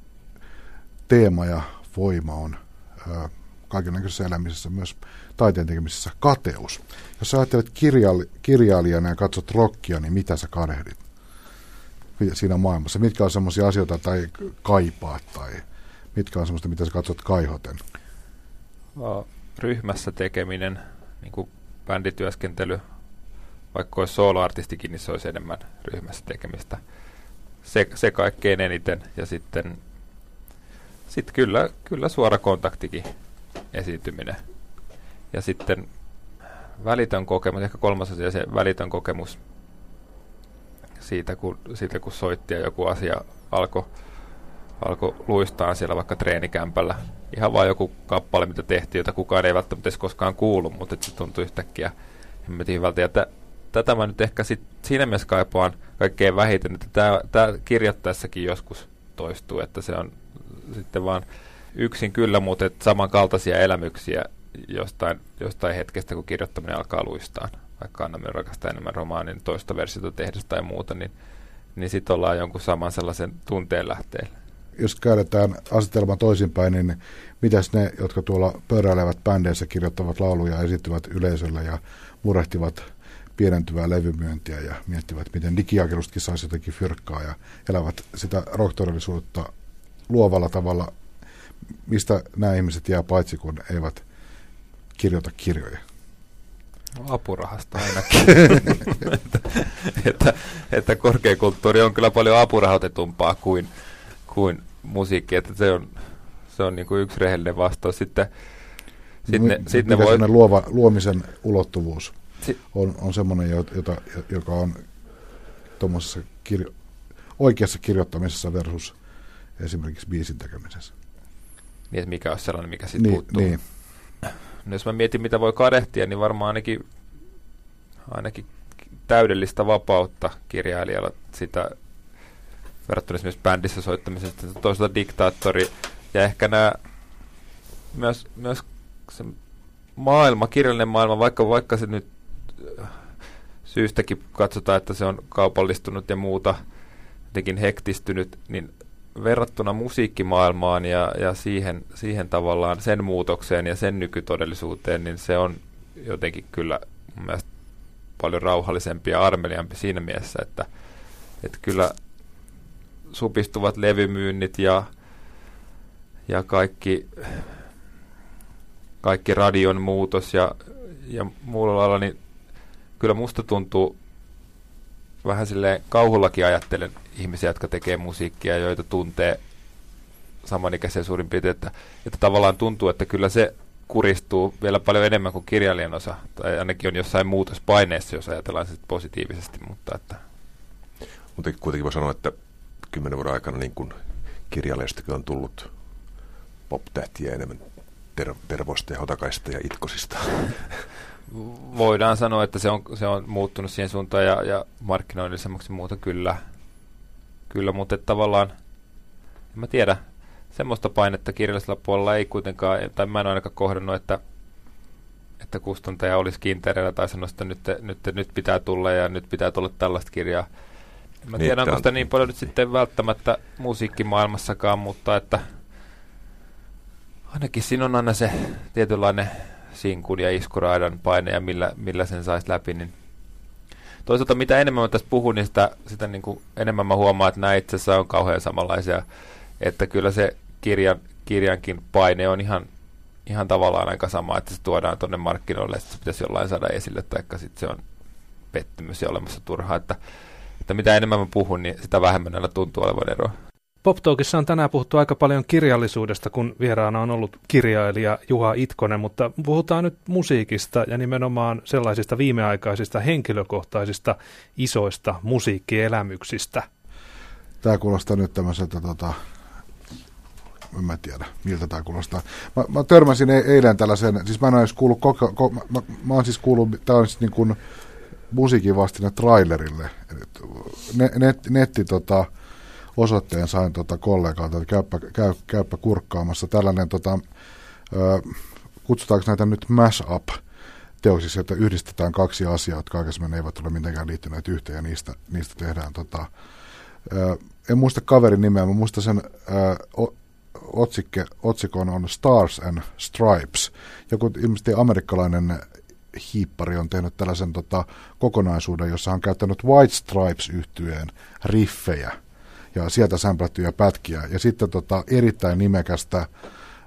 teema ja voima on ö, kaikennäköisessä elämisessä, myös taiteen tekemisessä, kateus. Jos sä ajattelet kirjaili, kirjailijana ja katsot rockia, niin mitä sä kadehdit siinä maailmassa? Mitkä on semmoisia asioita tai kaipaat tai mitkä on semmoista, mitä sä katsot kaihoten? Ryhmässä tekeminen, niin kuin bändityöskentely, vaikka olisi soloartistikin, niin se olisi enemmän ryhmässä tekemistä. Se, se kaikkein eniten. Ja sitten sit kyllä, kyllä suora kontaktikin esiintyminen. Ja sitten välitön kokemus, ehkä kolmas asia, se välitön kokemus siitä, kun, siitä, kun soitti ja joku asia alkoi alkoi luistaa siellä vaikka treenikämpällä. Ihan vaan joku kappale, mitä tehtiin, jota kukaan ei välttämättä edes koskaan kuullut, mutta se tuntui yhtäkkiä hemmetin hyvältä. Ja t- tätä mä nyt ehkä sit siinä mielessä kaipaan kaikkein vähiten, että tämä kirjoittaessakin joskus toistuu, että se on sitten vaan yksin kyllä, mutta samankaltaisia elämyksiä jostain, jostain hetkestä, kun kirjoittaminen alkaa luistaa. Vaikka Anna minun rakastaa enemmän romaanin toista versiota tehdessä tai muuta, niin, niin sitten ollaan jonkun saman sellaisen tunteen lähteellä. Jos käydetään asetelma toisinpäin, niin mitäs ne, jotka tuolla pöräilevät bändeissä, kirjoittavat lauluja, esittyvät yleisöllä ja murehtivat pienentyvää levymyöntiä ja miettivät, miten digijakelustakin saisi jotenkin fyrkkaa ja elävät sitä rock-todellisuutta luovalla tavalla, mistä nämä ihmiset jää paitsi, kun eivät kirjoita kirjoja? Apurahasta ainakin. että, että, että korkeakulttuuri on kyllä paljon apurahoitetumpaa kuin kuin musiikki, että se on, se on niin kuin yksi rehellinen vastaus. Sitten, no, sitten, sitten voi luova, luomisen ulottuvuus si- on, on semmoinen, jota, joka on tuommoisessa kirjo- oikeassa kirjoittamisessa versus esimerkiksi biisin tekemisessä. Niin, että mikä on sellainen, mikä siitä niin, puuttuu. Niin. No, jos mä mietin, mitä voi kadehtia, niin varmaan ainakin, ainakin täydellistä vapautta kirjailijalla sitä verrattuna esimerkiksi bändissä soittamisesta, toisaalta diktaattori, ja ehkä nämä myös, myös se maailma, kirjallinen maailma, vaikka, vaikka se nyt syystäkin katsotaan, että se on kaupallistunut ja muuta, jotenkin hektistynyt, niin verrattuna musiikkimaailmaan ja, ja siihen, siihen tavallaan sen muutokseen ja sen nykytodellisuuteen, niin se on jotenkin kyllä mun mielestä paljon rauhallisempi ja armeliampi siinä mielessä, että, että kyllä supistuvat levymyynnit ja, ja kaikki, kaikki radion muutos ja, ja muulla lailla, niin kyllä musta tuntuu vähän silleen kauhullakin ajattelen ihmisiä, jotka tekee musiikkia, joita tuntee samanikäisiä suurin piirtein, että, että tavallaan tuntuu, että kyllä se kuristuu vielä paljon enemmän kuin kirjailijan osa, tai ainakin on jossain muutospaineessa, jos ajatellaan sitä positiivisesti, mutta että... Mutta kuitenkin voi sanoa, että kymmenen vuoden aikana niin kun kirjailijastakin on tullut pop-tähtiä enemmän ter- tervoista ja hotakaista ja itkosista. Voidaan sanoa, että se on, se on muuttunut siihen suuntaan ja, ja markkinoinnisemmaksi muuta kyllä, kyllä, mutta tavallaan, en mä tiedä, semmoista painetta kirjallisella puolella ei kuitenkaan, tai mä en ainakaan kohdannut, että, että kustantaja olisi kiintereillä tai sanoi, että nyt, nyt, nyt pitää tulla ja nyt pitää tulla tällaista kirjaa. En mä tiedä, onko sitä niin paljon nyt sitten välttämättä musiikkimaailmassakaan, mutta että ainakin siinä on aina se tietynlainen sinkun ja iskuraidan paine ja millä, millä sen saisi läpi. Niin. Toisaalta mitä enemmän mä tässä puhun, niin sitä, sitä niin kuin enemmän mä huomaan, että nämä itse asiassa on kauhean samanlaisia. Että kyllä se kirjan, kirjankin paine on ihan, ihan tavallaan aika sama, että se tuodaan tuonne markkinoille, että se pitäisi jollain saada esille, taikka sitten se on pettymys ja olemassa turhaa. Että, että mitä enemmän mä puhun, niin sitä vähemmän näillä tuntuu olevan eroa. Pop Talkissa on tänään puhuttu aika paljon kirjallisuudesta, kun vieraana on ollut kirjailija Juha Itkonen, mutta puhutaan nyt musiikista ja nimenomaan sellaisista viimeaikaisista henkilökohtaisista isoista musiikkielämyksistä. Tämä kuulostaa nyt tämmöiseltä, tota, en mä tiedä, miltä tämä kuulostaa. Mä, mä törmäsin e- eilen tällaisen, siis mä en ole edes kuullut, koko, ko, mä, mä, mä oon siis kuullut, tämä on siis niin kuin musiikin vastine trailerille. Ne, net, netti tota, osoitteen sain tota kollegalta, että käyppä, käy, käyppä kurkkaamassa. Tällainen, tota, ö, kutsutaanko näitä nyt mash-up teoksissa, että yhdistetään kaksi asiaa, jotka aikaisemmin eivät ole mitenkään liittyneet yhteen, ja niistä, niistä tehdään. Tota, ö, en muista kaverin nimeä, mä muistan sen ö, otsikke, otsikon on Stars and Stripes. Joku ilmeisesti amerikkalainen hiippari on tehnyt tällaisen tota, kokonaisuuden, jossa on käyttänyt White Stripes-yhtyeen riffejä ja sieltä sämplättyjä pätkiä. Ja sitten tota, erittäin nimekästä äh,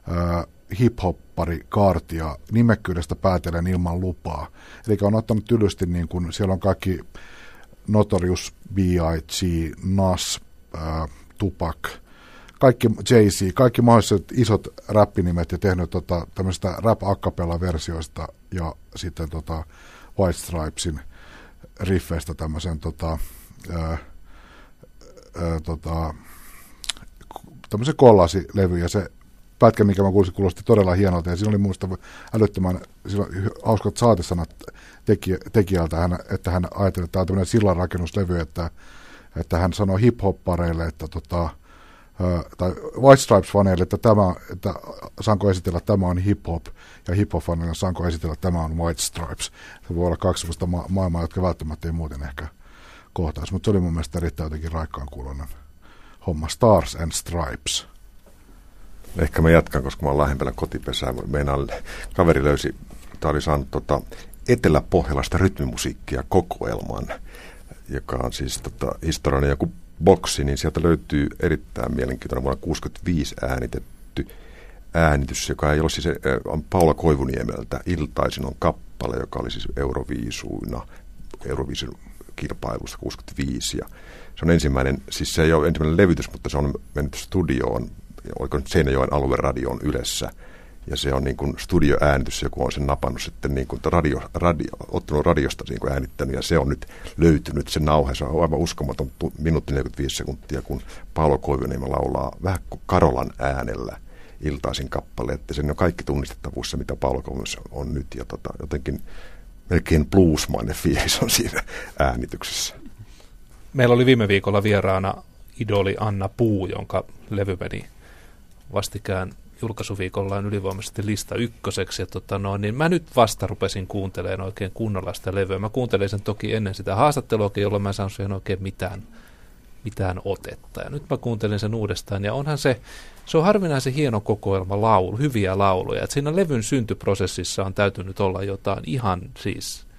hip-hoppari kaartia nimekkyydestä päätellen ilman lupaa. Eli on ottanut tylysti, niin kun siellä on kaikki Notorious B I G, Nas, äh, Tupac, kaikki Jay-Z, kaikki mahdolliset isot räppinimet ja tehnyt tota, tämmöistä rap-a-cappella-versioista ja sitten tota White Stripesin riffeistä tämmöisen tota, ää, ää, tota, tämmöisen kollassilevy ja se pätkä, mikä mä kuulisin, kuulosti todella hienolta ja siinä oli muista älyttömän hauskat saatesanat tekijä, tekijältä, hän, että hän ajatteli, että tämä on tämmöinen sillanrakennuslevy, että, että hän sanoi hip-hoppareille, että tota, Uh, tai White Stripes-faneille, että, tämä, että saanko esitellä, että tämä on hip-hop, ja hip-hop-faneille saanko esitellä, että tämä on White Stripes. Se voi olla kaksi sellaista ma- maailmaa, jotka välttämättä ei muuten ehkä kohtaisi, mutta se oli mun mielestä erittäin jotenkin raikkaan kuuloinen homma. Stars and Stripes. Ehkä mä jatkan, koska mä oon lähempänä kotipesää. Meinaan kaveri löysi, tämä oli saanut tota, Etelä-Pohjalaista rytmimusiikkia kokoelman, joka on siis tota, historiallinen joku boksi, niin sieltä löytyy erittäin mielenkiintoinen vuonna kuusikymmentäviisi äänitetty äänitys, joka ei ole siis, on Paula Koivuniemeltä Iltaisin on kappale, joka oli siis Euroviisuina, Euroviisun kilpailusta kuusikymmentäviisi. Ja se on ensimmäinen, siis se ei ole ensimmäinen levytys, mutta se on mennyt studioon, oliko nyt Seinäjoen alueradioon Ylessä. Ja se on niin kuin studioäänitys, joku on sen napannut sitten niin kuin radio, radio, ottanut radiosta niin kuin äänittänyt, ja se on nyt löytynyt se nauhe. Se on aivan uskomaton minuutti neljäkymmentäviisi sekuntia, kun Paolo Koivuniemi laulaa vähän kuin Karolan äänellä Iltaisin kappale, että sen on kaikki tunnistettavuus, mitä Paolo Koivuniemi on nyt, ja tota, jotenkin melkein bluesmainen fiilis on siinä äänityksessä. Meillä oli viime viikolla vieraana idoli Anna Puu, jonka levy meni vastikään julkaisuviikollaan ylivoimaisesti lista ykköseksi. Ja tota noin, niin mä nyt vasta rupesin kuuntelemaan oikein kunnolla sitä levyä. Mä kuuntelin sen toki ennen sitä haastatteluakin, jolloin mä en saanut siihen oikein mitään, mitään otetta. Ja nyt mä kuuntelin sen uudestaan, ja onhan se, se on harvinaisen hieno kokoelma laulu, hyviä lauluja. Et siinä levyn syntyprosessissa on täytynyt olla jotain ihan siis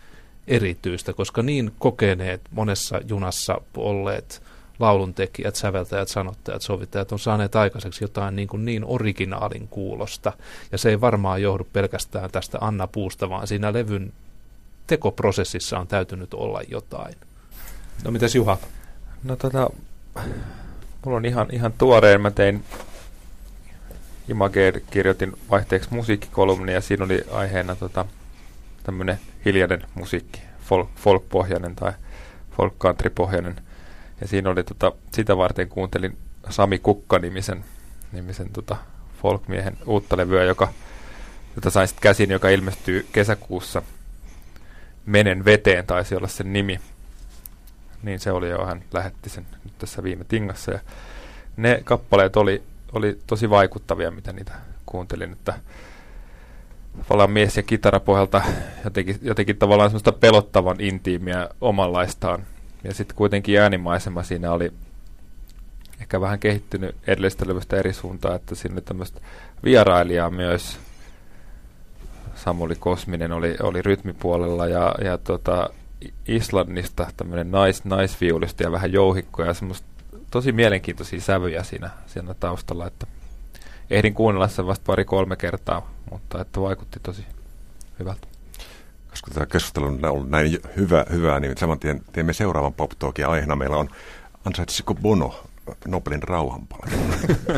erityistä, koska niin kokeneet monessa junassa olleet lauluntekijät, säveltäjät, sanottajat, sovittajat on saaneet aikaiseksi jotain niin, kuin niin originaalin kuulosta. Ja se ei varmaan johdu pelkästään tästä Anna Puusta, vaan siinä levyn tekoprosessissa on täytynyt olla jotain. No mitäs Juha? No tota, mulla on ihan, ihan tuoreen, mä tein Imageen, kirjoitin vaihteeksi musiikkikolumnia ja siinä oli aiheena tota, tämmöinen hiljainen musiikki, folk, folk-pohjainen tai folk-country-pohjainen. Ja siinä oli tota, sitä varten kuuntelin Sami Kukka-nimisen nimisen, tota, folk-miehen uutta levyä, joka, jota sain sitten käsin, joka ilmestyy kesäkuussa. Menen veteen taisi olla sen nimi. Niin se oli jo, hän lähetti sen nyt tässä viime tingassa. Ja ne kappaleet oli, oli tosi vaikuttavia, mitä niitä kuuntelin, että tavallaan mies- ja kitarapohjalta jotenkin, jotenkin tavallaan semmoista pelottavan intiimiä omanlaistaan. Ja sitten kuitenkin äänimaisema siinä oli ehkä vähän kehittynyt edellisestä levystä eri suuntaan, että siinä oli tämmöistä vierailijaa myös. Samuli Kosminen oli, oli rytmipuolella ja, ja tota, Islannista tämmöinen nais, naisviulisti ja vähän jouhikko ja semmoista tosi mielenkiintoisia sävyjä siinä, siinä taustalla, että ehdin kuunnella sen vasta pari-kolme kertaa, mutta että vaikutti tosi hyvältä. Koska tämä keskustelu on ollut näin hyvä, hyvää, niin saman tien teemme seuraavan Pop Talkin aiheena. Meillä on ansaitsisiko Bono Nobelin rauhanpalkinnon?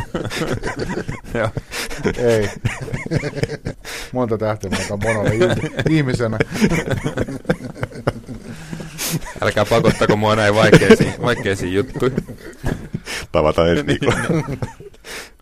Ei. Monta tähteä mä Bonolle ihmisenä. Älkää pakottako mua näin vaikeisiin, vaikeisiin juttuihin. Tavataan ensi viikolla.